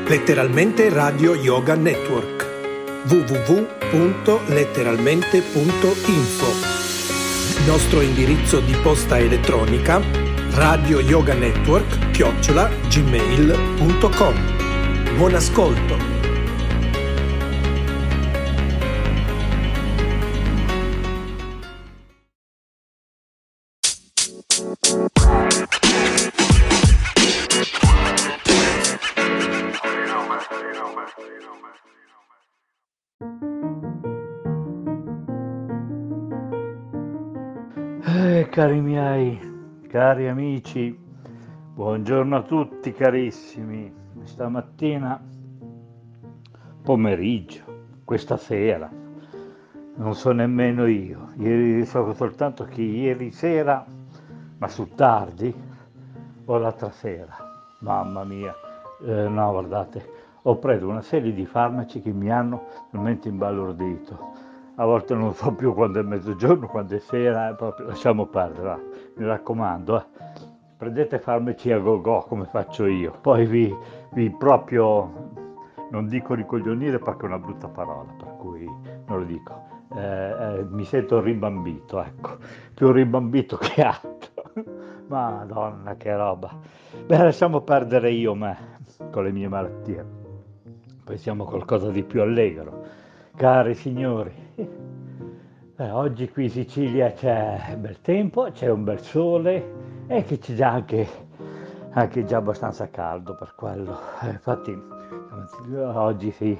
Letteralmente Radio Yoga Network. www.letteralmente.info. Nostro indirizzo di posta elettronica radioyoganetwork@gmail.com. Buon ascolto. Cari miei, cari amici, buongiorno a tutti carissimi. Stamattina, pomeriggio, questa sera, non so nemmeno io. So soltanto che ieri sera, ma su tardi, o l'altra sera, mamma mia, no guardate, ho preso una serie di farmaci che mi hanno veramente imbalordito. A volte non so più quando è mezzogiorno, quando è sera, proprio lasciamo perdere, va. Mi raccomando, prendete farmaci a go-go come faccio io, poi vi proprio, non dico ricoglionire perché è una brutta parola, per cui non lo dico, mi sento rimbambito, ecco, più rimbambito che altro, madonna che roba. Beh, lasciamo perdere me, con le mie malattie, pensiamo a qualcosa di più allegro. Cari signori, oggi qui in Sicilia c'è bel tempo, c'è un bel sole e che c'è già anche già abbastanza caldo per quello. Infatti oggi sì,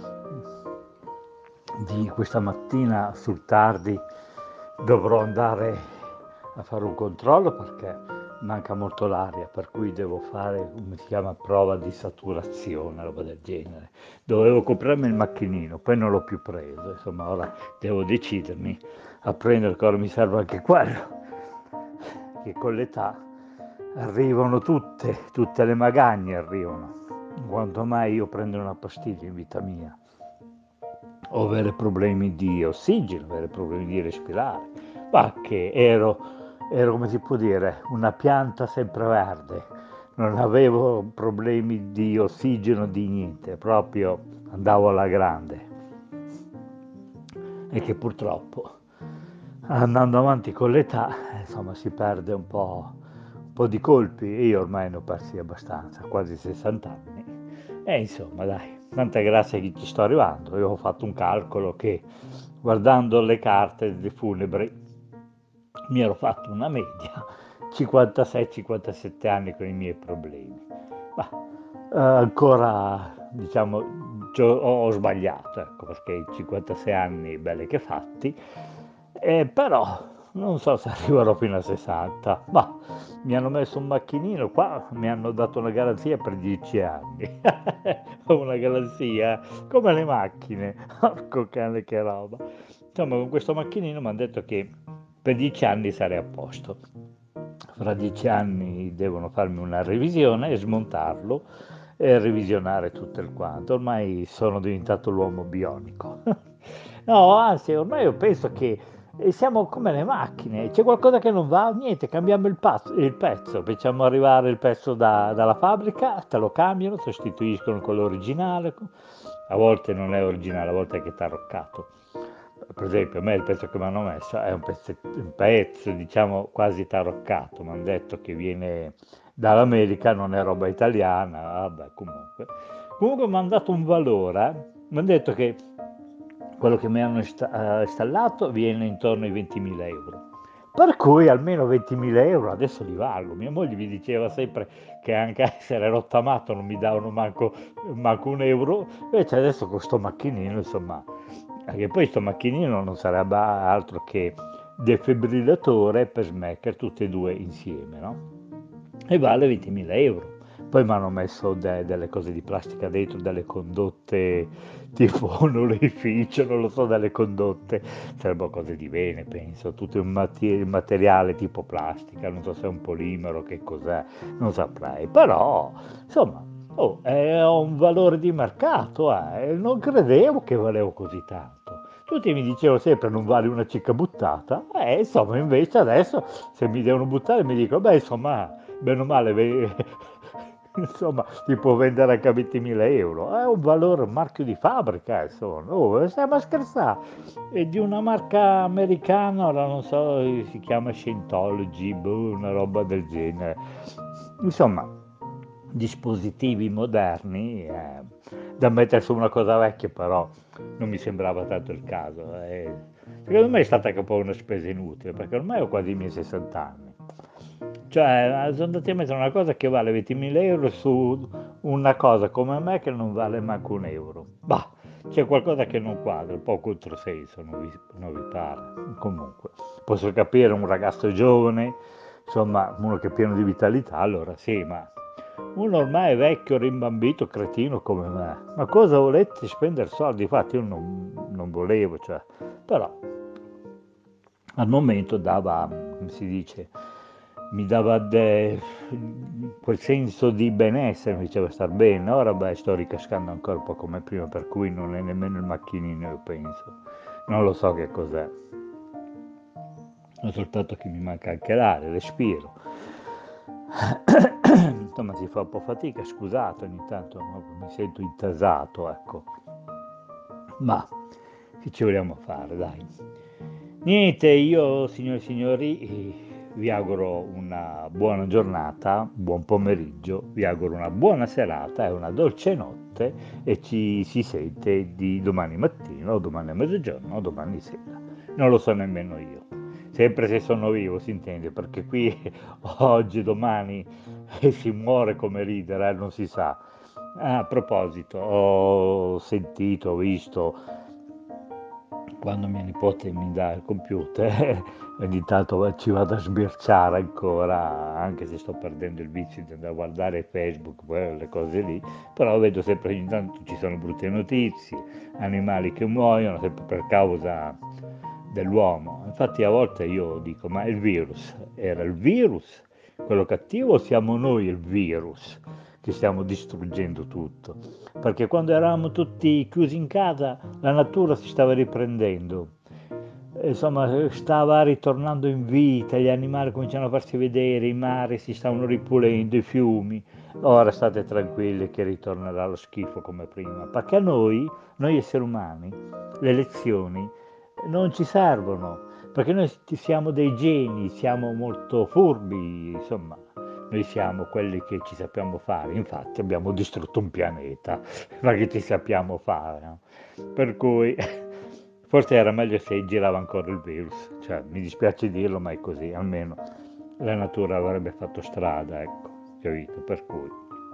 di questa mattina sul tardi dovrò andare a fare un controllo perché manca molto l'aria, per cui devo fare, come si chiama, prova di saturazione, roba del genere. Dovevo comprarmi il macchinino, poi non l'ho più preso, insomma ora devo decidermi a prendere, che ora mi serve anche quello, che con l'età arrivano tutte le magagne arrivano, quanto mai io prendo una pastiglia in vita mia, ho avere problemi di ossigeno, avere problemi di respirare, ma che ero come si può dire, una pianta sempreverde, non avevo problemi di ossigeno, di niente, proprio andavo alla grande. E che purtroppo, andando avanti con l'età, insomma, si perde un po' di colpi, e io ormai ne ho persi abbastanza, quasi 60 anni. E insomma, dai, tanta grazia che ci sto arrivando. Io ho fatto un calcolo che, guardando le carte dei funebri, mi ero fatto una media 56-57 anni con i miei problemi. Ma ancora, diciamo, ho sbagliato, ecco, perché i 56 anni belli che fatti, però non so se arriverò fino a 60, ma mi hanno messo un macchinino qua, mi hanno dato una garanzia per 10 anni. Una garanzia come le macchine, porco cane che roba. Insomma, con questo macchinino mi hanno detto che per 10 anni sarei a posto. Fra 10 anni devono farmi una revisione e smontarlo e revisionare tutto il quanto. Ormai sono diventato l'uomo bionico. No, anzi, ormai io penso che siamo come le macchine, c'è qualcosa che non va, niente, cambiamo il pezzo, facciamo arrivare il pezzo dalla fabbrica, te lo cambiano, sostituiscono quello originale, a volte non è originale, a volte è che taroccato. Per esempio, a me il pezzo che mi hanno messo è un pezzo diciamo quasi taroccato, mi hanno detto che viene dall'America, non è roba italiana, vabbè, comunque mi hanno dato un valore, mi hanno detto che quello che mi hanno installato viene intorno ai 20.000 euro. Per cui almeno 20.000 euro adesso li valgo. Mia moglie mi diceva sempre che anche a essere rottamato non mi davano manco un euro, invece adesso con sto macchinino, insomma, anche poi sto macchinino non sarebbe altro che defibrillatore per smacker tutti e due insieme, no? E vale 20.000 euro. Poi mi hanno messo delle cose di plastica dentro, delle condotte tipo un oleificio, non lo so, delle condotte, sarebbero cose di bene, penso, tutto un materiale tipo plastica, non so se è un polimero, che cos'è, non saprei, però, insomma, ho un valore di mercato, non credevo che valevo così tanto. Tutti mi dicevano sempre non vale una cicca buttata, insomma, invece adesso se mi devono buttare mi dicono, beh, insomma, bene o male, insomma, ti può vendere anche a 20.000 euro, è un valore, un marchio di fabbrica, insomma, oh, stiamo a scherzare, è di una marca americana, ora non so, si chiama Scientology, boh, una roba del genere, insomma, dispositivi moderni, da mettere su una cosa vecchia, però non mi sembrava tanto il caso, secondo me è stata anche un po' una spesa inutile, perché ormai ho quasi i miei 60 anni. Cioè, sono andati a mettere una cosa che vale 20.000 euro su una cosa come me che non vale manco un euro. Bah, c'è qualcosa che non quadra, un po' controsenso, non vi pare. Comunque, posso capire un ragazzo giovane, insomma, uno che è pieno di vitalità, allora sì, ma uno ormai è vecchio, rimbambito, cretino come me. Ma cosa volete spendere soldi? Infatti io non volevo, cioè, però al momento dava, come si dice, mi dava quel senso di benessere, mi faceva star bene. Ora beh, sto ricascando ancora un po' come prima, per cui non è nemmeno il macchinino, io penso. Non lo so che cos'è. Ho soltanto che mi manca anche l'aria, respiro. Insomma, si fa un po' fatica, scusate, ogni tanto no, mi sento intasato, ecco. Ma che ci vogliamo fare, dai. Niente, io, signore e signori, vi auguro una buona giornata, buon pomeriggio, vi auguro una buona serata e una dolce notte e ci si sente di domani mattina o domani a mezzogiorno o domani sera. Non lo so nemmeno io. Sempre se sono vivo, si intende, perché qui oggi, domani si muore come ridere, non si sa. Ah, a proposito, ho sentito, ho visto quando mia nipote mi dà il computer, ogni tanto ci vado a sbirciare ancora, anche se sto perdendo il vizio di andare a guardare Facebook, quelle cose lì, però vedo sempre ogni tanto ci sono brutte notizie, animali che muoiono sempre per causa dell'uomo. Infatti a volte io dico, ma il virus era il virus, quello cattivo, o siamo noi il virus che stiamo distruggendo tutto? Perché quando eravamo tutti chiusi in casa la natura si stava riprendendo, insomma stava ritornando in vita, gli animali cominciano a farsi vedere, i mari si stavano ripulendo, i fiumi. Ora state tranquilli che ritornerà lo schifo come prima, perché a noi esseri umani, le lezioni non ci servono, perché noi siamo dei geni, siamo molto furbi, insomma, noi siamo quelli che ci sappiamo fare, infatti abbiamo distrutto un pianeta, ma che ci sappiamo fare, no? Per cui forse era meglio se girava ancora il virus, cioè mi dispiace dirlo, ma è così, almeno la natura avrebbe fatto strada, ecco, capito? Per cui,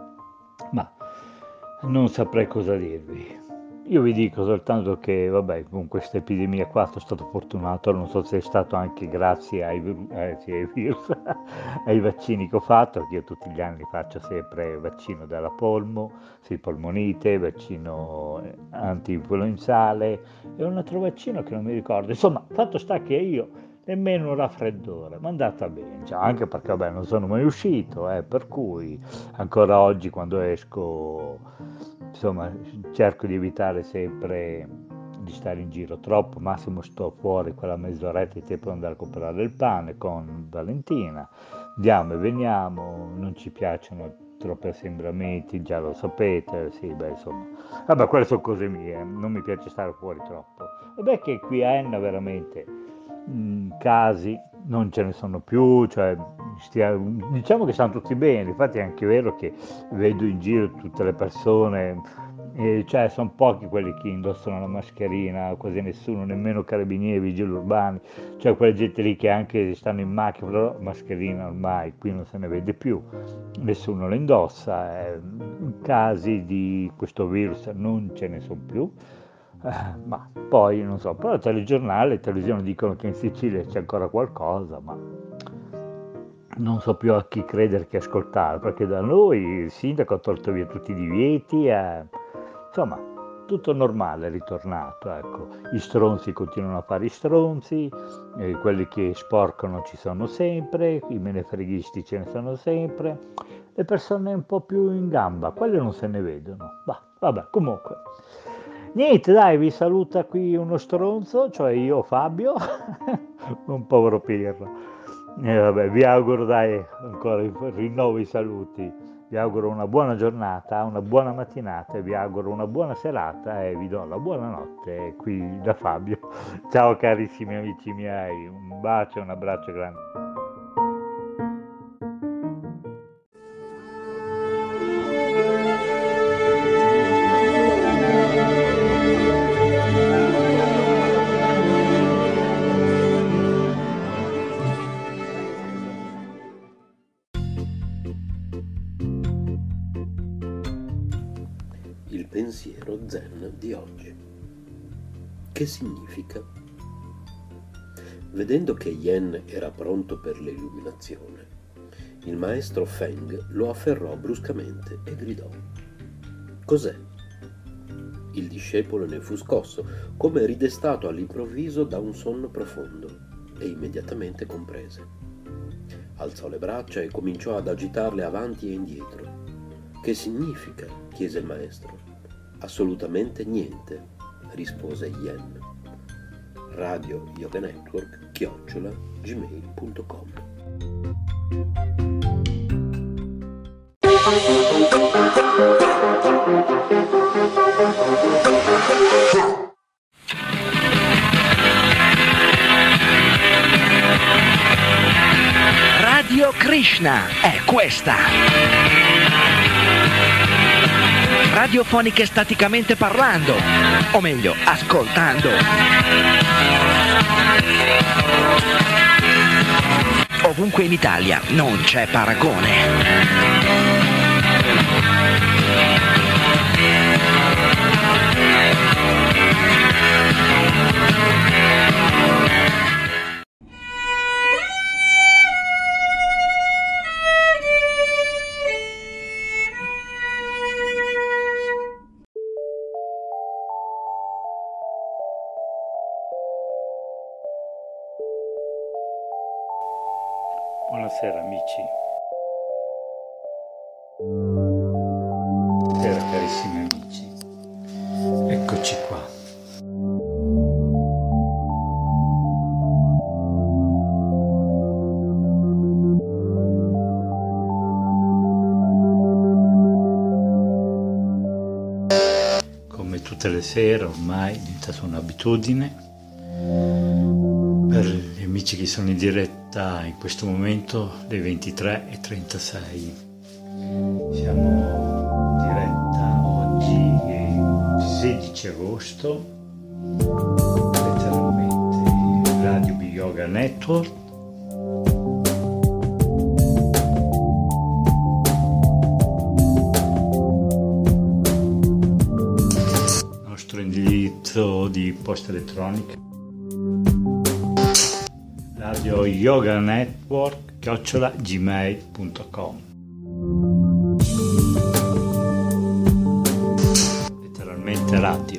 ma non saprei cosa dirvi. Io vi dico soltanto che, vabbè, con questa epidemia qua sono stato fortunato, non so se è stato anche grazie sì, ai virus, ai vaccini che ho fatto, perché io tutti gli anni faccio sempre vaccino della polmo, sì, polmonite, vaccino anti-influenzale e un altro vaccino che non mi ricordo. Insomma, fatto sta che io nemmeno un raffreddore, ma è andata bene, cioè, anche perché, vabbè, non sono mai uscito, per cui ancora oggi quando esco, insomma, cerco di evitare sempre di stare in giro troppo, massimo sto fuori quella mezz'oretta di tempo per andare a comprare il pane con Valentina, andiamo e veniamo, non ci piacciono troppi assembramenti, già lo sapete, sì, beh, insomma, vabbè, quelle sono cose mie, non mi piace stare fuori troppo. Vabbè che qui a Enna veramente casi non ce ne sono più, cioè diciamo che stanno tutti bene, infatti è anche vero che vedo in giro tutte le persone, cioè sono pochi quelli che indossano la mascherina, quasi nessuno, nemmeno carabinieri, vigili urbani, cioè quella gente lì che anche stanno in macchina, però mascherina ormai qui non se ne vede più, nessuno la indossa, casi di questo virus non ce ne sono più. Ma poi non so, però il telegiornale, le televisioni dicono che in Sicilia c'è ancora qualcosa, ma non so più a chi credere che ascoltare, perché da noi il sindaco ha tolto via tutti i divieti, insomma, tutto normale è ritornato, ecco. I stronzi continuano a fare i stronzi, quelli che sporcano ci sono sempre, i menefreghisti ce ne sono sempre, le persone un po' più in gamba, quelle non se ne vedono. Bah, vabbè, comunque. Niente, dai, vi saluta qui uno stronzo, cioè io, Fabio, un povero pirla. E vabbè, vi auguro, dai, ancora rinnovo i saluti. vi auguro una buona giornata, una buona mattinata e vi auguro una buona serata e vi do la buonanotte qui da Fabio. Ciao carissimi amici miei, un bacio e un abbraccio grande. Il pensiero zen di oggi. Che significa? Vedendo che Yen era pronto per l'illuminazione, il maestro Feng lo afferrò bruscamente e gridò: «Cos'è?» Il discepolo ne fu scosso, come ridestato all'improvviso da un sonno profondo, e immediatamente comprese. Alzò le braccia e cominciò ad agitarle avanti e indietro. «Che significa?» chiese il maestro. «Assolutamente niente», rispose Yen. Radio Yoga Network @gmail.com. Radio Krishna è questa. Radiofoniche staticamente parlando, o meglio, ascoltando. Ovunque in Italia non c'è paragone. Buonasera amici. Buonasera carissimi amici. Eccoci qua. Come tutte le sere ormai è diventata un'abitudine. Per gli amici che sono in diretta in questo momento, le 23:36. Siamo in diretta oggi, è 16 agosto, letteralmente Radio Yoga Network. Il nostro indirizzo di posta elettronica Radio Yoga Network @gmail.com. Letteralmente radio.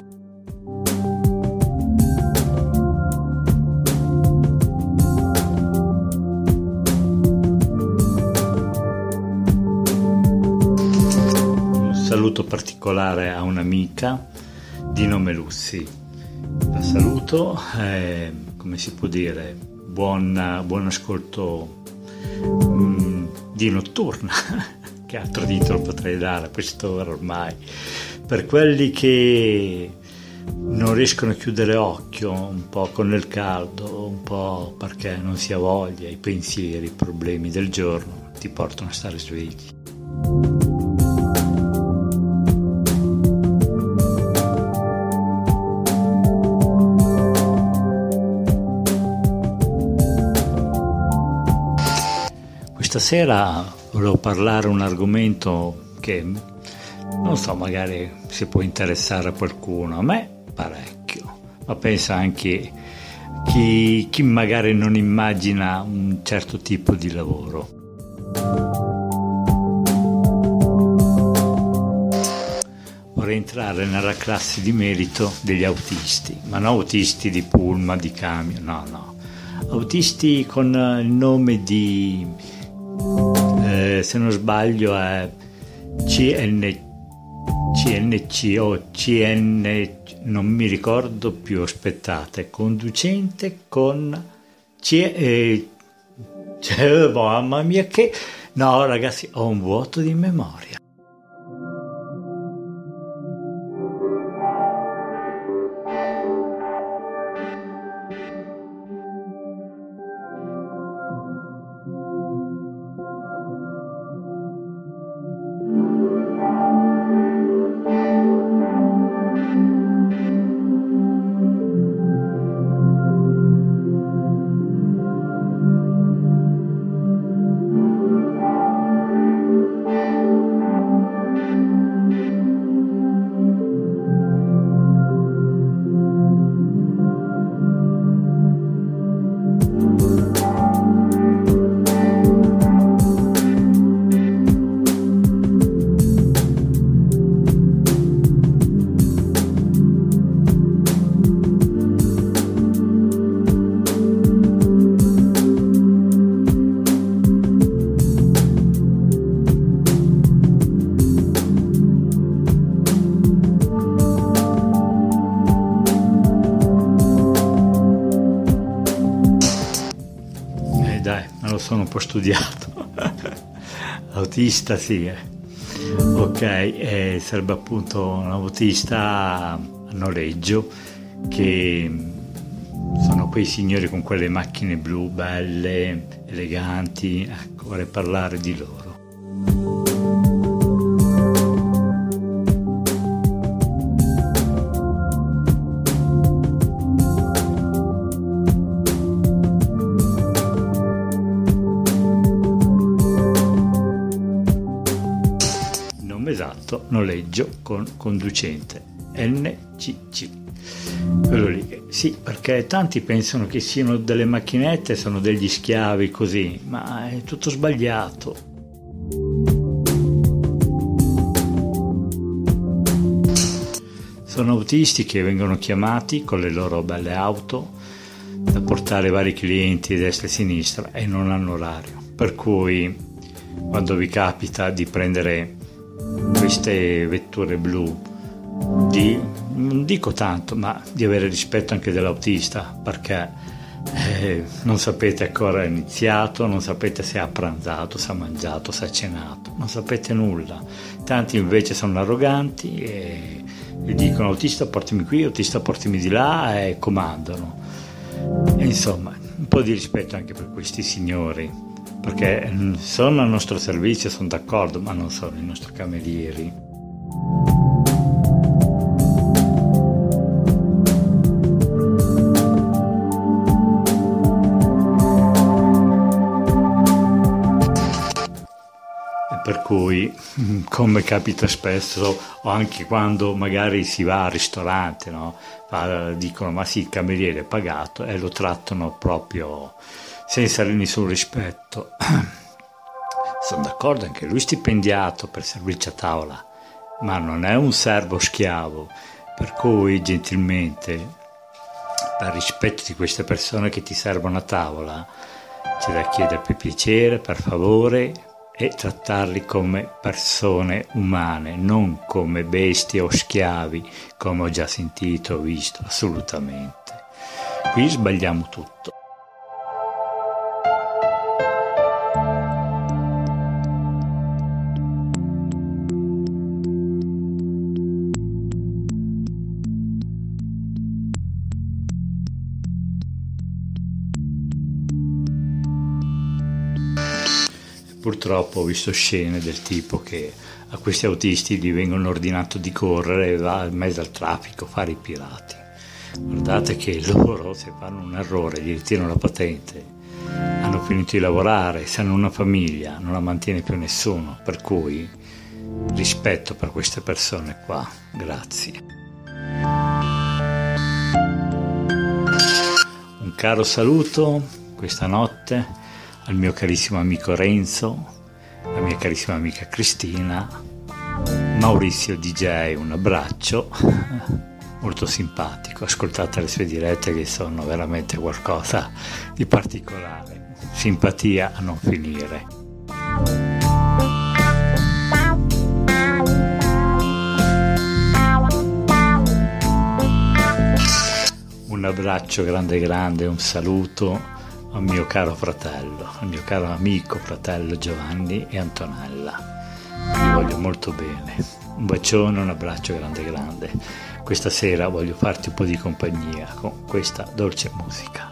Un saluto particolare a un'amica di nome Lucy. La saluto, come si può dire, buon ascolto di notturna, che altro titolo potrei dare a quest'ora ormai, per quelli che non riescono a chiudere occhio, un po' con il caldo, un po' perché non si ha voglia, i pensieri, i problemi del giorno ti portano a stare svegli. Stasera volevo parlare un argomento che non so, magari si può interessare a qualcuno, a me parecchio, ma penso anche chi magari non immagina un certo tipo di lavoro. Vorrei entrare nella classe di merito degli autisti, ma non autisti di pullman, di camion, no, autisti con il nome di se non sbaglio è CNC o CN, non mi ricordo più, aspettate, conducente con mamma mia, che No, ragazzi, ho un vuoto di memoria. Sono un po' studiato. Autista, sì. Ok, sarebbe appunto un autista a noleggio, che sono quei signori con quelle macchine blu belle, eleganti. Ecco, vorrei parlare di loro. Esatto, noleggio con conducente NCC, quello lì. Sì, perché tanti pensano che siano delle macchinette, sono degli schiavi così, ma è tutto sbagliato. Sono autisti che vengono chiamati con le loro belle auto da portare vari clienti destra e sinistra e non hanno orario, per cui quando vi capita di prendere queste vetture blu, non dico tanto, ma di avere rispetto anche dell'autista, perché non sapete a che ora è iniziato, non sapete se ha pranzato, se ha mangiato, se ha cenato, non sapete nulla. Tanti invece sono arroganti e dicono: autista portami qui, autista portami di là, e comandano. E insomma, un po' di rispetto anche per questi signori, perché sono al nostro servizio, sono d'accordo, ma non sono i nostri camerieri. E per cui, come capita spesso, o anche quando magari si va al ristorante, no? Dicono: ma sì, il cameriere è pagato, e lo trattano proprio senza nessun rispetto. Sono d'accordo, anche lui stipendiato per servirci a tavola, ma non è un servo schiavo, per cui gentilmente, per rispetto di queste persone che ti servono a tavola, c'è da chiedere per piacere, per favore, e trattarli come persone umane, non come bestie o schiavi, come ho già sentito, visto, assolutamente. Qui sbagliamo tutto. Purtroppo ho visto scene del tipo che a questi autisti gli vengono ordinato di correre e va in mezzo al traffico a fare i pirati. Guardate che loro, se fanno un errore, gli ritirano la patente, hanno finito di lavorare, se hanno una famiglia, non la mantiene più nessuno, per cui rispetto per queste persone qua, grazie. Un caro saluto questa notte al mio carissimo amico Renzo, alla mia carissima amica Cristina, Maurizio DJ, un abbraccio, molto simpatico, ascoltate le sue dirette che sono veramente qualcosa di particolare, simpatia a non finire. Un abbraccio grande, un saluto al mio caro fratello, al mio caro amico fratello Giovanni e Antonella. Vi voglio molto bene. Un bacione, un abbraccio grande grande. Questa sera voglio farti un po' di compagnia con questa dolce musica.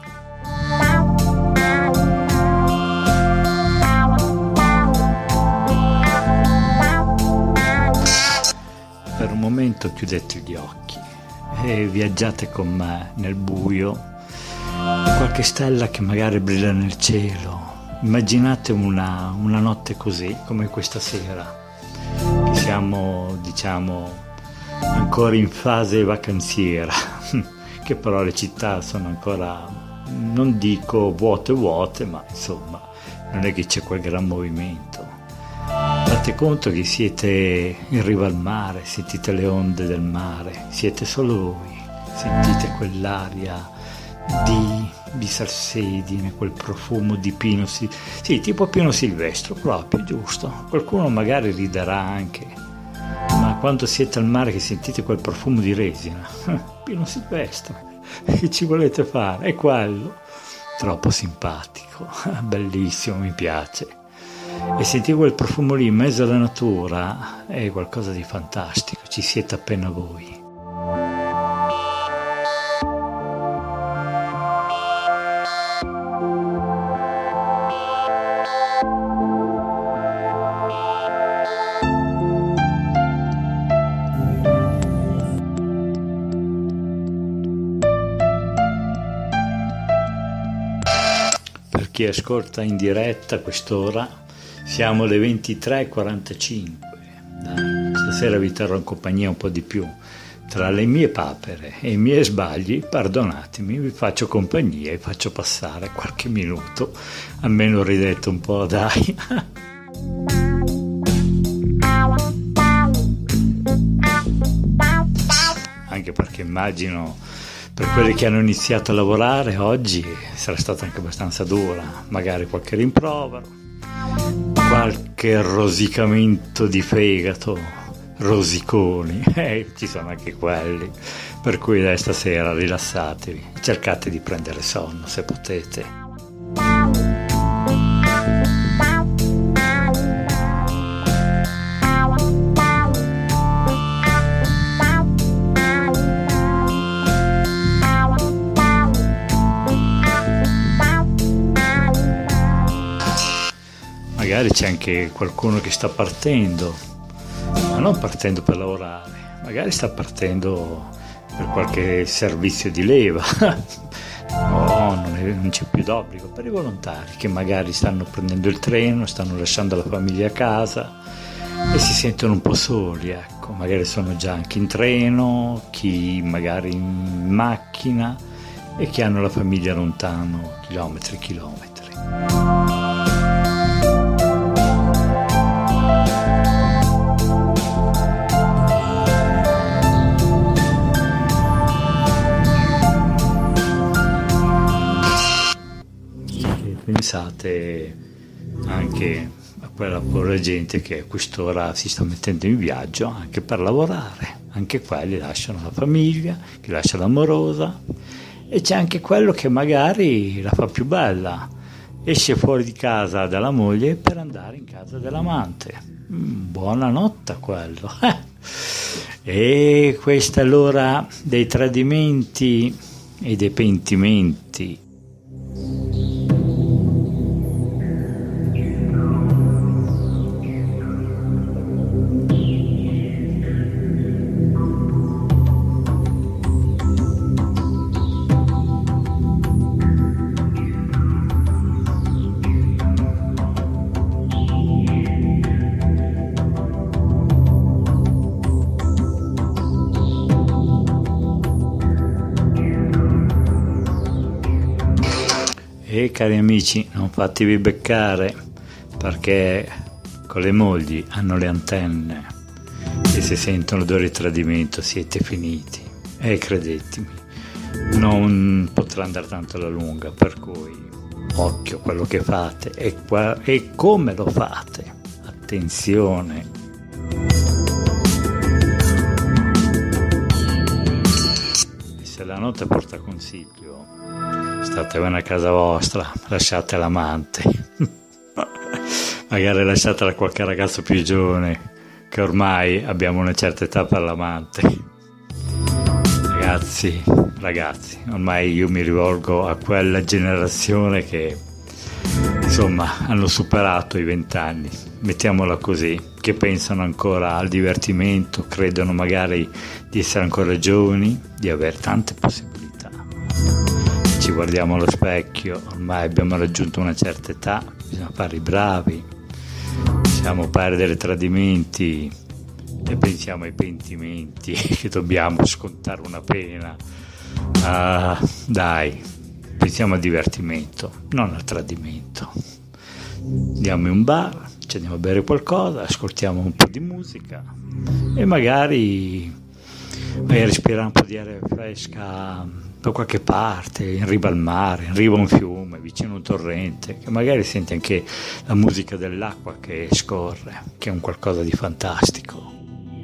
Per un momento chiudete gli occhi e viaggiate con me nel buio, qualche stella che magari brilla nel cielo. Immaginate una notte così come questa sera, che siamo ancora in fase vacanziera, che però le città sono ancora, non dico vuote, ma insomma non è che c'è quel gran movimento. Fate conto che siete in riva al mare, sentite le onde del mare, siete solo voi, sentite quell'aria di salsedine, quel profumo di pino, sì, tipo pino silvestro proprio, giusto? Qualcuno magari riderà anche, ma quando siete al mare che sentite quel profumo di resina, pino silvestre, che ci volete fare? È quello, troppo simpatico, bellissimo, mi piace. E sentire quel profumo lì in mezzo alla natura è qualcosa di fantastico, ci siete appena voi. Per chi ascolta in diretta a quest'ora, siamo alle 23:45. Stasera vi terrò in compagnia un po' di più. Tra le mie papere e i miei sbagli, perdonatemi, vi faccio compagnia e faccio passare qualche minuto. Almeno ridete un po', dai. Anche perché immagino, per quelli che hanno iniziato a lavorare oggi sarà stata anche abbastanza dura, magari qualche rimprovero, qualche rosicamento di fegato, rosiconi, ci sono anche quelli, per cui dai, stasera rilassatevi, cercate di prendere sonno se potete. Magari c'è anche qualcuno che sta partendo, ma non partendo per lavorare, magari sta partendo per qualche servizio di leva. No, non c'è più d'obbligo, per i volontari che magari stanno prendendo il treno, stanno lasciando la famiglia a casa e si sentono un po' soli, ecco, magari sono già anche in treno, chi magari in macchina e chi hanno la famiglia lontano, chilometri e chilometri. Pensate anche a quella povera gente che a quest'ora si sta mettendo in viaggio anche per lavorare, anche quelli lasciano la famiglia, chi lascia l'amorosa, e c'è anche quello che magari la fa più bella, esce fuori di casa dalla moglie per andare in casa dell'amante. Buonanotte a quello. E questa è l'ora dei tradimenti e dei pentimenti. E cari amici, non fatevi beccare, perché con le mogli hanno le antenne e se sentono l'odore di tradimento siete finiti. E credetemi, non potrà andare tanto alla lunga, per cui occhio a quello che fate e come lo fate. Attenzione. E se la notte porta consiglio, statevene a casa vostra, lasciate l'amante. Magari lasciatela a qualche ragazzo più giovane, che ormai abbiamo una certa età per l'amante. Ragazzi, ormai io mi rivolgo a quella generazione che insomma hanno superato i 20 anni, mettiamola così, che pensano ancora al divertimento, credono magari di essere ancora giovani, di avere tante possibilità. Ci guardiamo allo specchio, ormai abbiamo raggiunto una certa età, bisogna fare i bravi, possiamo perdere tradimenti e pensiamo ai pentimenti, che dobbiamo scontare una pena. Dai, pensiamo al divertimento, non al tradimento. Andiamo in un bar, ci andiamo a bere qualcosa, ascoltiamo un po' di musica e magari vai a respirare un po' di aria fresca da qualche parte, in riva al mare, in riva a un fiume, vicino a un torrente, che magari senti anche la musica dell'acqua che scorre, che è un qualcosa di fantastico.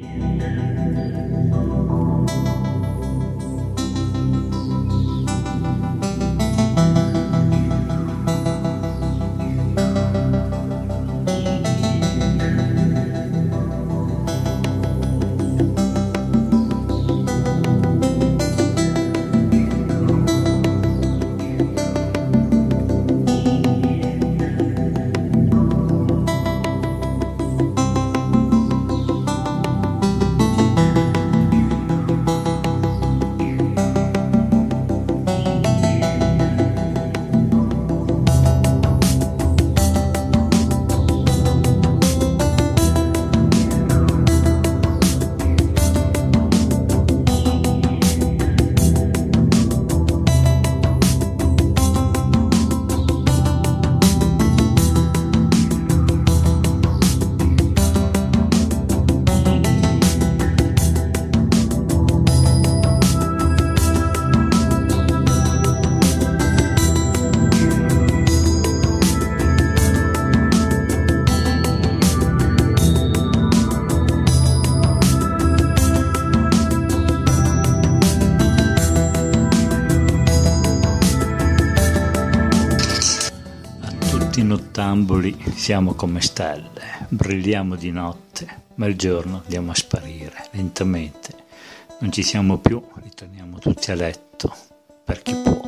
Nottamboli siamo come stelle, brilliamo di notte, ma il giorno andiamo a sparire lentamente. Non ci siamo più, ritorniamo tutti a letto, per chi può.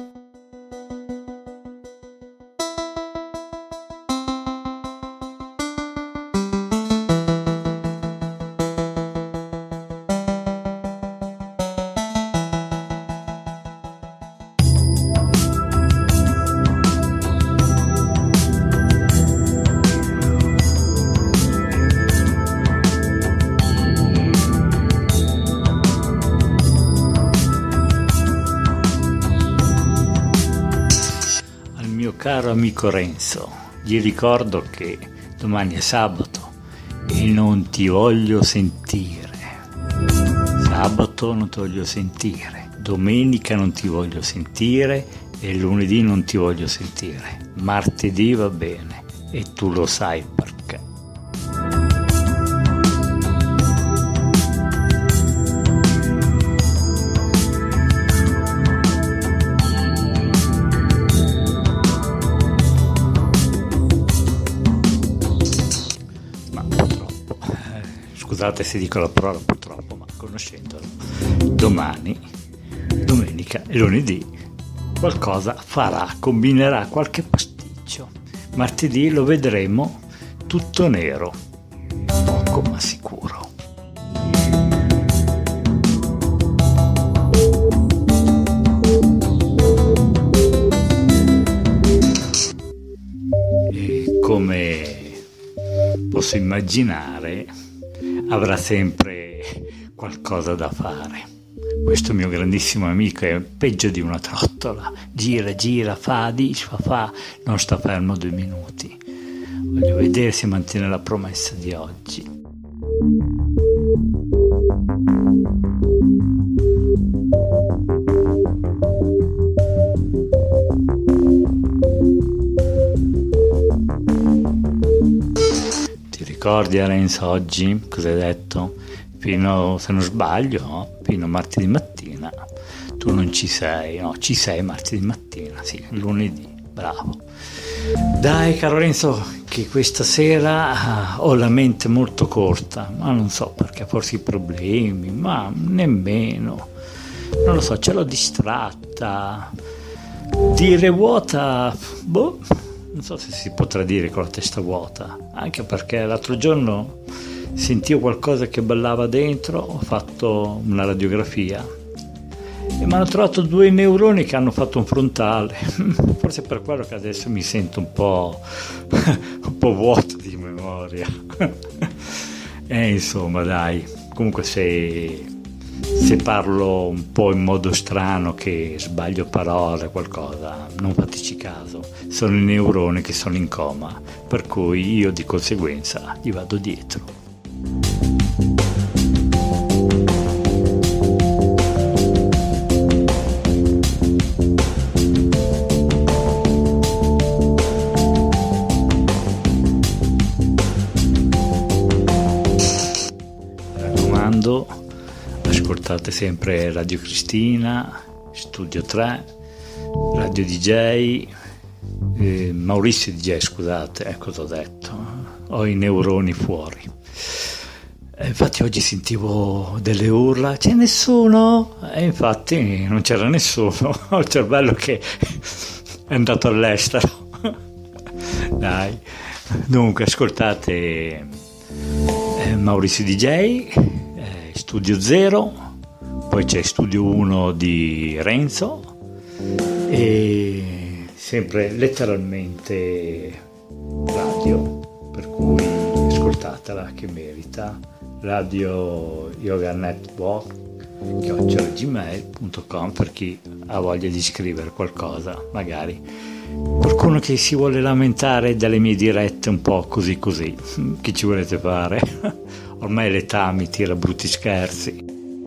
Caro amico Renzo, gli ricordo che domani è sabato e non ti voglio sentire. Sabato non ti voglio sentire, domenica non ti voglio sentire e lunedì non ti voglio sentire. Martedì va bene e tu lo sai perché. Scusate se dico la parola purtroppo, ma conoscendolo, domani, domenica e lunedì qualcosa farà, combinerà qualche pasticcio. Martedì lo vedremo tutto nero, poco ma sicuro. E come posso immaginare, avrà sempre qualcosa da fare. Questo mio grandissimo amico è peggio di una trottola, gira, fa, dice, fa, non sta fermo 2 minuti. Voglio vedere se mantiene la promessa di oggi. Ricordi Renzo oggi cosa hai detto? Fino, se non sbaglio, fino a martedì mattina tu non ci sei, no, ci sei martedì mattina, sì, lunedì, bravo. Dai caro Renzo, che questa sera ho la mente molto corta, ma non so perché, forse i problemi, ma nemmeno, non lo so, ce l'ho distratta. Dire vuota, boh, non so se si potrà dire con la testa vuota, anche perché l'altro giorno sentivo qualcosa che ballava dentro, ho fatto una radiografia e mi hanno trovato 2 neuroni che hanno fatto un frontale, forse per quello che adesso mi sento un po' vuoto di memoria. Insomma dai, comunque se parlo un po' in modo strano, che sbaglio parole, qualcosa, non fateci caso, sono i neuroni che sono in coma, per cui io di conseguenza gli vado dietro. Ascoltate sempre Radio Cristina, Studio 3, Radio DJ, Maurizio DJ, scusate, cosa ho detto? Ho i neuroni fuori. Infatti oggi sentivo delle urla, c'è nessuno? E infatti non c'era nessuno, ho il cervello che è andato all'estero. Dai, dunque ascoltate Maurizio DJ, Studio 0, poi c'è Studio 1 di Renzo e sempre letteralmente radio, per cui ascoltatela che merita. Radio Yoga Network @gmail.com per chi ha voglia di scrivere qualcosa, magari qualcuno che si vuole lamentare delle mie dirette un po' così, che ci volete fare? Ormai l'età mi tira brutti scherzi.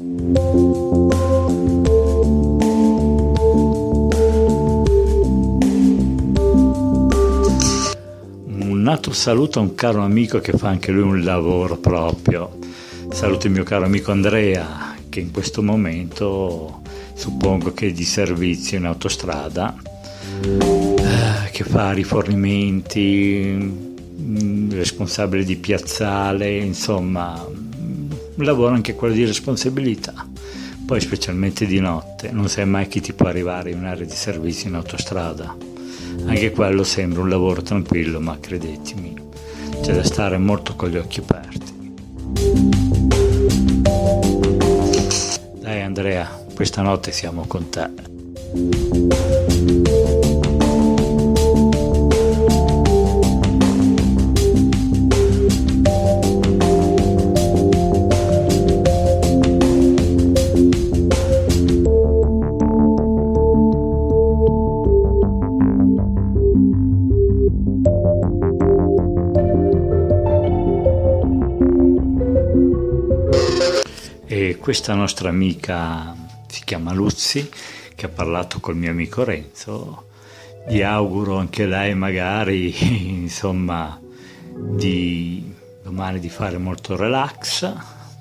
Un altro saluto a un caro amico che fa anche lui un lavoro proprio. Saluto il mio caro amico Andrea, che in questo momento suppongo che è di servizio in autostrada, che fa rifornimenti, responsabile di piazzale, insomma un lavoro anche quello di responsabilità, poi specialmente di notte non sai mai chi ti può arrivare in un'area di servizio in autostrada. Anche quello sembra un lavoro tranquillo, ma credetemi c'è da stare molto con gli occhi aperti. Dai Andrea, questa notte siamo con te. Questa nostra amica si chiama Luzzi, che ha parlato col mio amico Renzo. Gli auguro anche lei magari, insomma, domani di fare molto relax,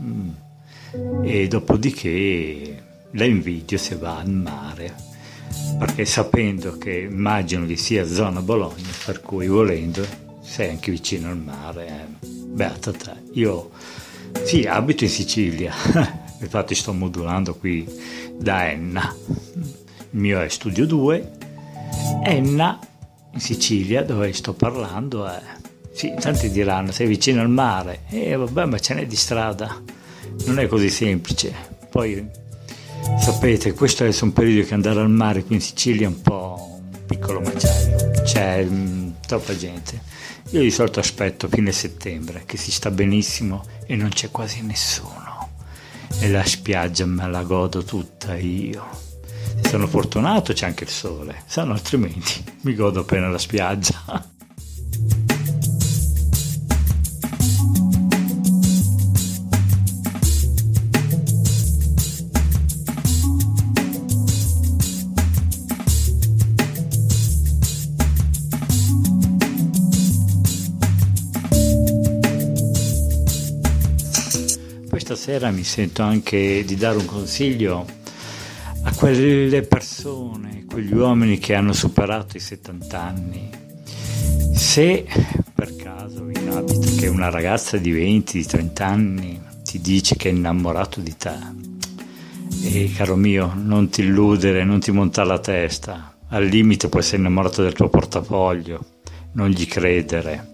e dopodiché la invidio se va al mare, perché sapendo che immagino che sia zona Bologna, per cui volendo sei anche vicino al mare, beata te. Io sì, abito in Sicilia, infatti sto modulando qui da Enna, il mio è Studio 2, Enna in Sicilia dove sto parlando sì, tanti diranno sei vicino al mare, vabbè, ma ce n'è di strada, non è così semplice. Poi sapete, questo è un periodo che andare al mare qui in Sicilia è un po' un piccolo macello, c'è troppa gente. Io di solito aspetto fine settembre che si sta benissimo e non c'è quasi nessuno e la spiaggia me la godo tutta io. Se sono fortunato c'è anche il sole, se no altrimenti mi godo appena la spiaggia. Stasera mi sento anche di dare un consiglio a quelle persone, quegli uomini che hanno superato i 70 anni, se per caso vi capita che una ragazza di 20, di 30 anni ti dice che è innamorato di te, e caro mio, non ti illudere, non ti montare la testa, al limite puoi essere innamorato del tuo portafoglio, non gli credere.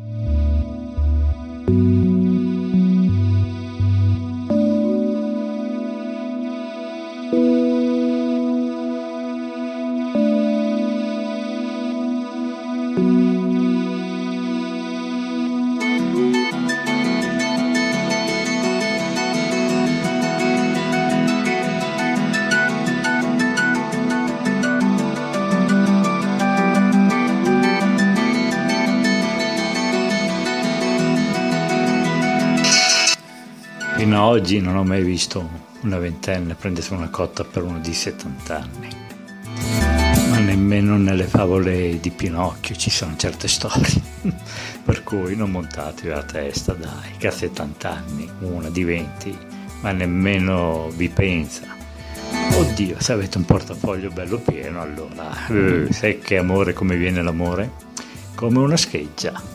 Fino a oggi non ho mai visto una ventenne prendersi una cotta per uno di 70 anni, ma nemmeno nelle favole di Pinocchio ci sono certe storie, per cui non montatevi la testa, dai, che a 70 anni una di 20, ma nemmeno vi pensa. Oddio, se avete un portafoglio bello pieno, allora, sai che amore, come viene l'amore? Come una scheggia.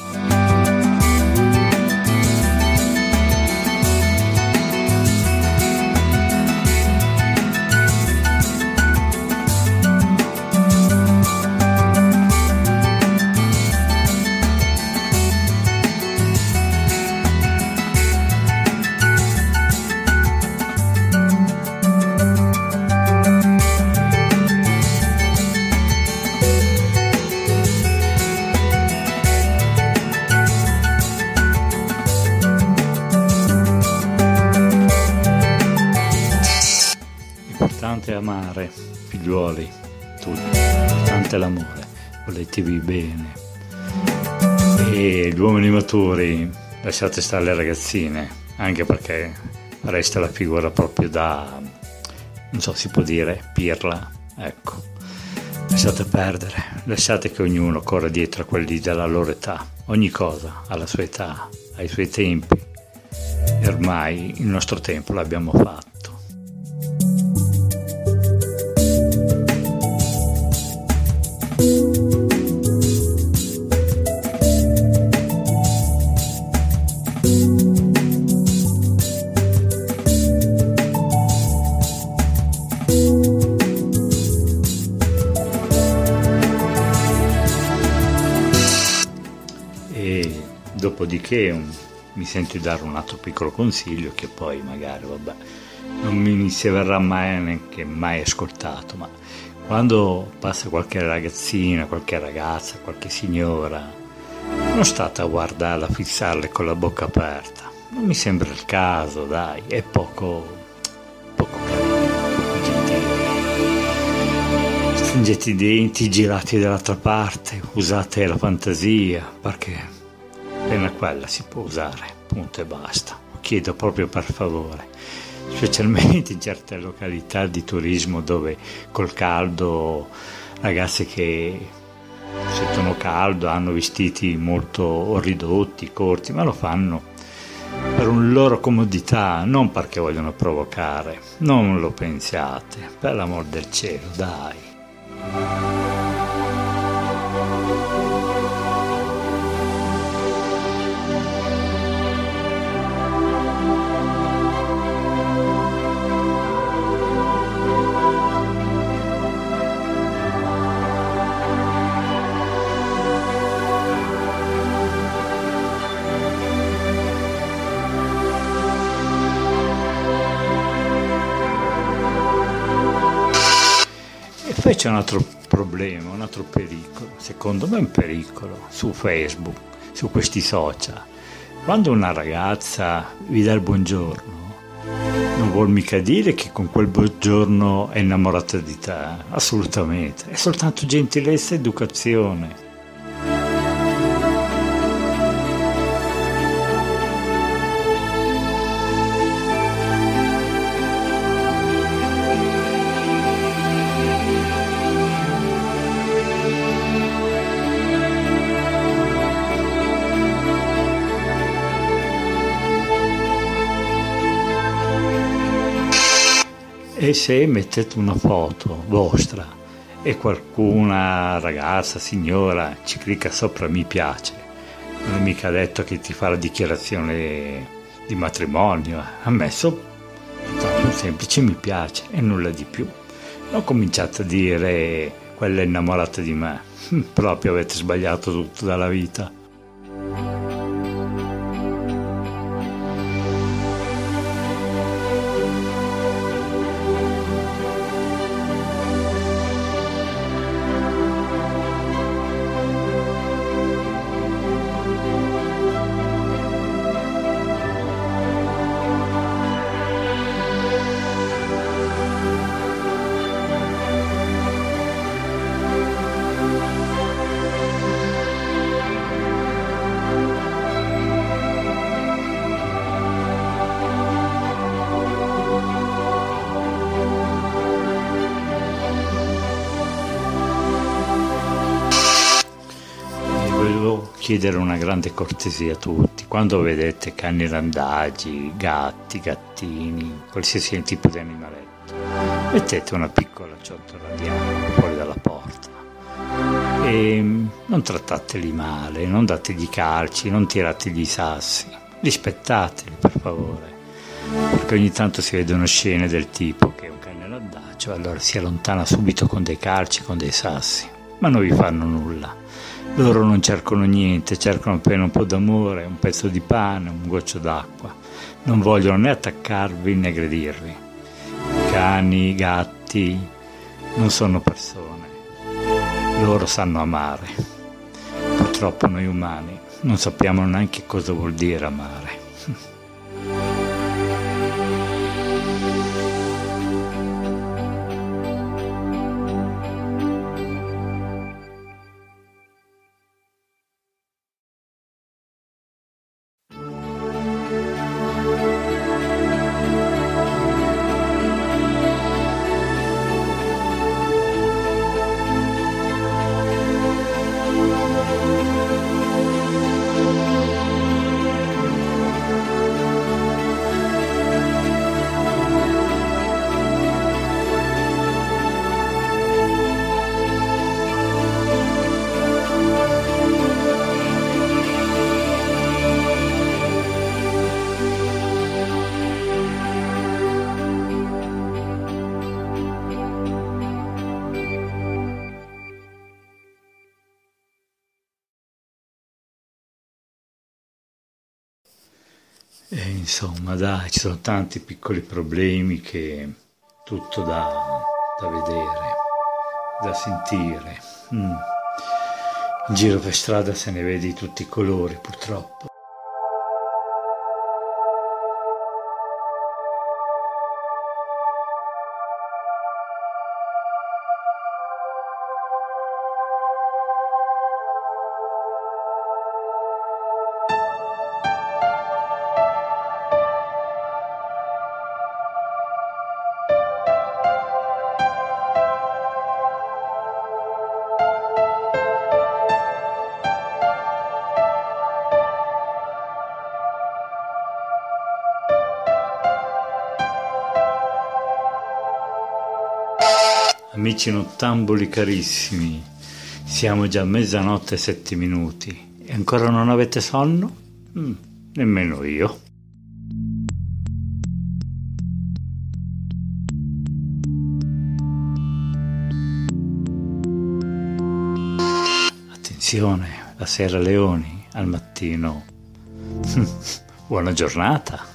L'importante è amare, figliuoli, tutti, l'importante è l'amore, voletevi bene. E gli uomini maturi, lasciate stare le ragazzine, anche perché resta la figura proprio da, non so, si può dire, pirla, ecco. Lasciate perdere, lasciate che ognuno corra dietro a quelli della loro età, ogni cosa ha la sua età, ha i suoi tempi, e ormai il nostro tempo l'abbiamo fatto. E dopodiché mi sento di dare un altro piccolo consiglio che poi magari, vabbè, non mi si verrà mai neanche mai ascoltato, ma quando passa qualche ragazzina, qualche ragazza, qualche signora, non state a guardarla, a fissarle con la bocca aperta, non mi sembra il caso, dai, è poco carino, poco gentile. Stringete i denti, girati dall'altra parte, usate la fantasia, perché appena quella si può usare, punto e basta. Lo chiedo proprio per favore, specialmente in certe località di turismo dove col caldo, ragazze che sentono caldo, hanno vestiti molto ridotti, corti, ma lo fanno per una loro comodità, non perché vogliono provocare. Non lo pensiate, per l'amor del cielo, dai. Poi c'è un altro problema, un altro pericolo, secondo me è un pericolo, su Facebook, su questi social. Quando una ragazza vi dà il buongiorno, non vuol mica dire che con quel buongiorno è innamorata di te, assolutamente, è soltanto gentilezza e educazione. E se mettete una foto vostra e qualcuna ragazza, signora, ci clicca sopra mi piace, non è mica detto che ti fa la dichiarazione di matrimonio, ha messo un semplice mi piace e nulla di più. Non cominciate a dire quella è innamorata di me, proprio avete sbagliato tutto dalla vita. Chiedere una grande cortesia a tutti: quando vedete cani randagi, gatti, gattini, qualsiasi tipo di animaletto, mettete una piccola ciotola di acqua fuori dalla porta e non trattateli male, non dategli calci, non tirategli i sassi, rispettateli per favore, perché ogni tanto si vedono scene del tipo che è un cane randagio, allora si allontana subito con dei calci, con dei sassi, ma non vi fanno nulla. Loro non cercano niente, cercano appena un po' d'amore, un pezzo di pane, un goccio d'acqua. Non vogliono né attaccarvi né aggredirvi. I cani, i gatti non sono persone. Loro sanno amare. Purtroppo noi umani non sappiamo neanche cosa vuol dire amare. E insomma, dai, ci sono tanti piccoli problemi che tutto da vedere, da sentire. In giro per strada se ne vede di tutti i colori, purtroppo. Amici nottamboli carissimi, siamo già a 00:07 e ancora non avete sonno? Nemmeno io. Attenzione, la sera leoni, al mattino. Buona giornata.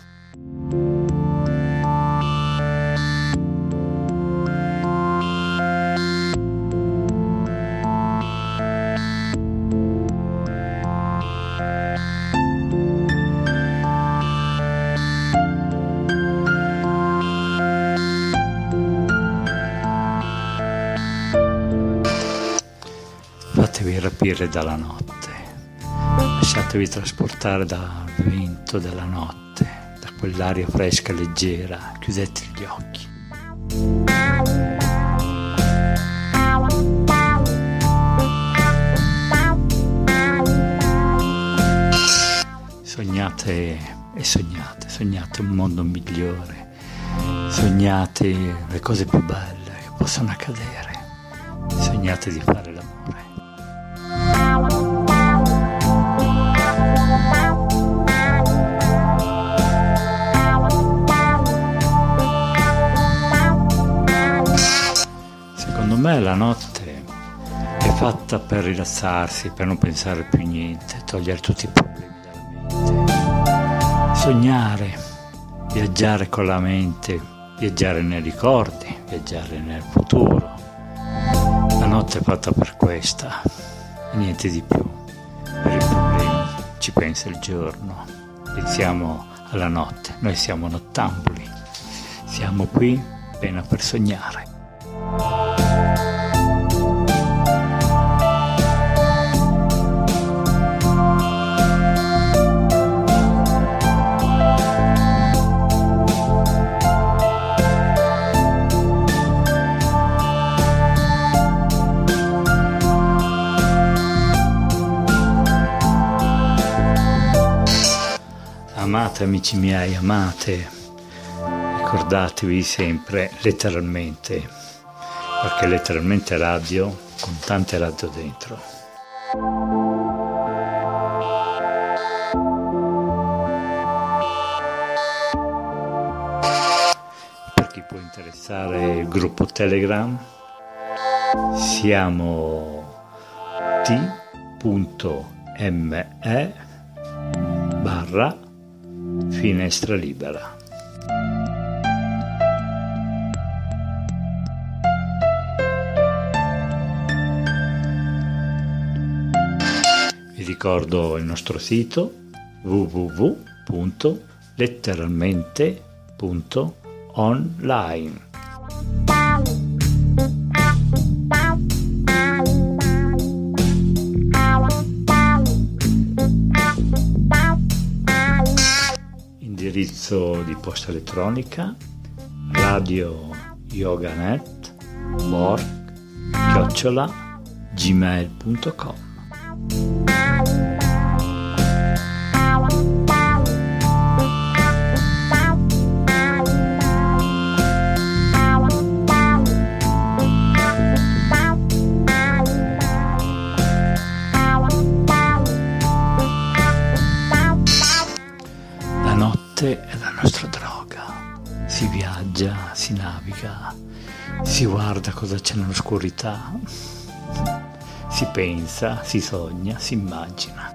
Fatevi rapire dalla notte, lasciatevi trasportare dal vento della notte, da quell'aria fresca e leggera, chiudete gli occhi. Sognate e sognate un mondo migliore, Sognate le cose più belle che possono accadere. Sognate di fare l'amore. Secondo me la notte è fatta per rilassarsi, per non pensare più a niente, togliere tutti i problemi dalla mente, sognare, viaggiare con la mente, viaggiare nei ricordi, viaggiare nel futuro. La notte è fatta per questa e niente di più. Per i problemi ci pensa il giorno, pensiamo alla notte, noi siamo nottambuli, siamo qui appena per sognare. Amate, amici miei, amate, ricordatevi sempre letteralmente, perché letteralmente radio con tante radio dentro. Per chi può interessare il gruppo Telegram, siamo t.me/Finestra Libera. Vi ricordo il nostro sito www.letteralmente.online. Indirizzo di posta elettronica radioyoganet.org@gmail.com. È la nostra droga, si viaggia, si naviga, si guarda cosa c'è nell'oscurità, si pensa, si sogna, si immagina.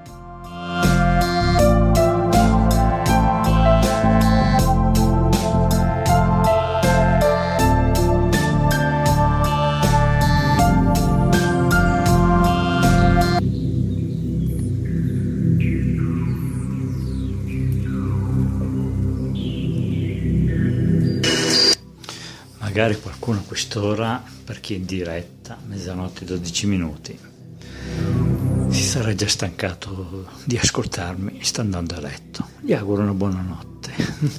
Magari qualcuno a quest'ora, per chi è in diretta, mezzanotte 12 minuti, si sarà già stancato di ascoltarmi, sta andando a letto. Gli auguro una buona notte.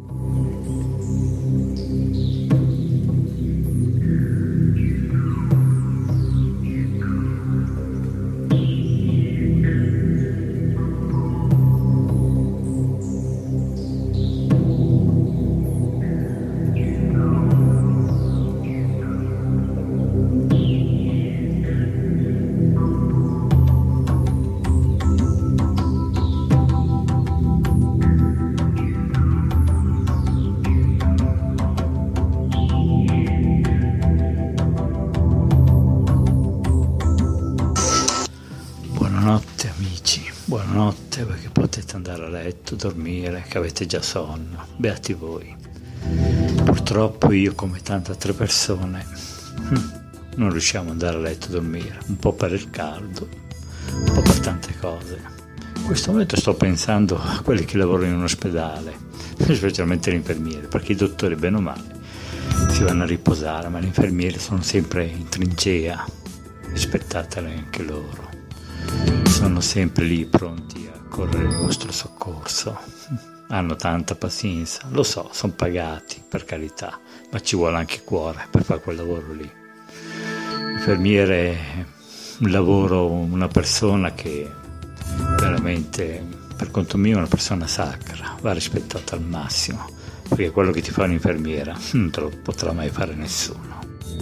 Buonanotte amici, buonanotte, perché potete andare a letto, dormire, che avete già sonno, beati voi. Purtroppo io, come tante altre persone, non riusciamo ad andare a letto a dormire, un po' per il caldo, un po' per tante cose. In questo momento sto pensando a quelli che lavorano in un ospedale, specialmente gli infermieri, perché i dottori bene o male si vanno a riposare, ma gli infermieri sono sempre in trincea, rispettatele anche loro. Sono sempre lì pronti a correre il vostro soccorso, hanno tanta pazienza, lo so, sono pagati per carità, ma ci vuole anche cuore per fare quel lavoro lì. L'infermiere è un lavoro, una persona che veramente, per conto mio, è una persona sacra, va rispettata al massimo, perché quello che ti fa un'infermiera non te lo potrà mai fare nessuno.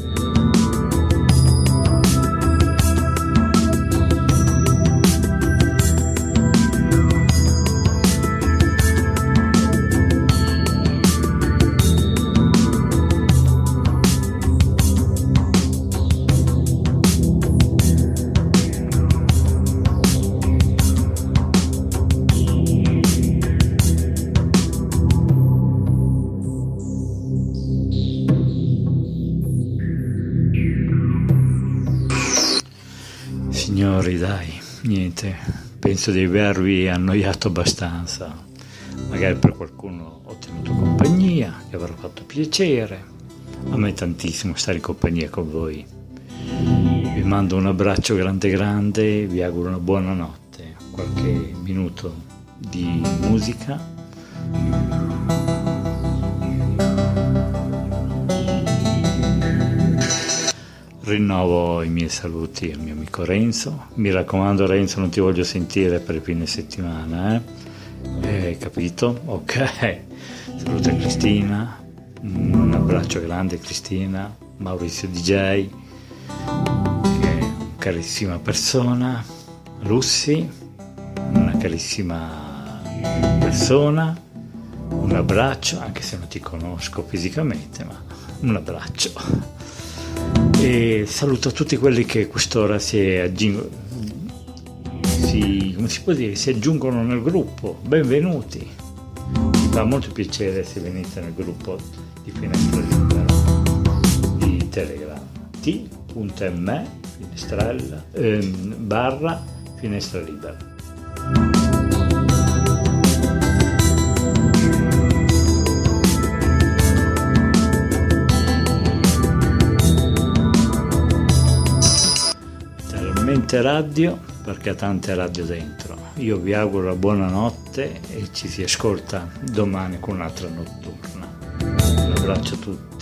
Signori, dai, niente, penso di avervi annoiato abbastanza. Magari per qualcuno ho tenuto compagnia, che avrà fatto piacere. A me tantissimo stare in compagnia con voi. Vi mando un abbraccio grande grande, vi auguro una buona notte. Qualche minuto di musica. Rinnovo i miei saluti al mio amico Renzo. Mi raccomando, Renzo, non ti voglio sentire per il fine settimana, capito? Ok. Saluto Cristina, un abbraccio grande Cristina, Maurizio DJ, che è una carissima persona, Lussi, una carissima persona, un abbraccio, anche se non ti conosco fisicamente, ma un abbraccio. E saluto tutti quelli che quest'ora si aggiungono nel gruppo. Benvenuti, mi fa molto piacere se venite nel gruppo di Finestra Libera di Telegram, t.me/Finestra Libera. Radio, perché ha tante radio dentro. Io vi auguro una buonanotte e ci si ascolta domani con un'altra notturna. Un abbraccio a tutti.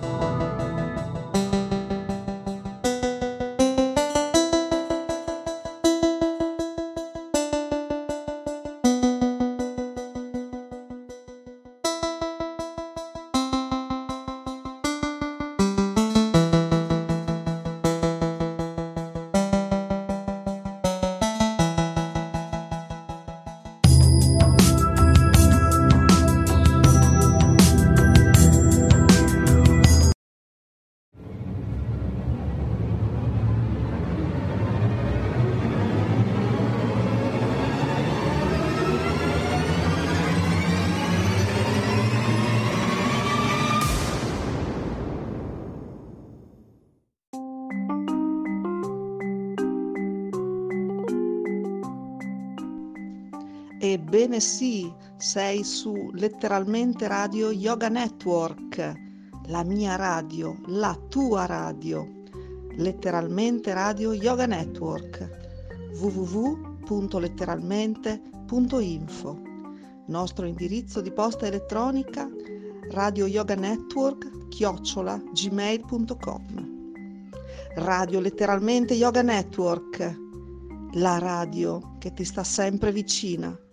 Ebbene sì, sei su Letteralmente Radio Yoga Network, la mia radio, la tua radio. Letteralmente Radio Yoga Network, www.letteralmente.info. Nostro indirizzo di posta elettronica radioyoganetwork@gmail.com. Radio Letteralmente Yoga Network, la radio che ti sta sempre vicina.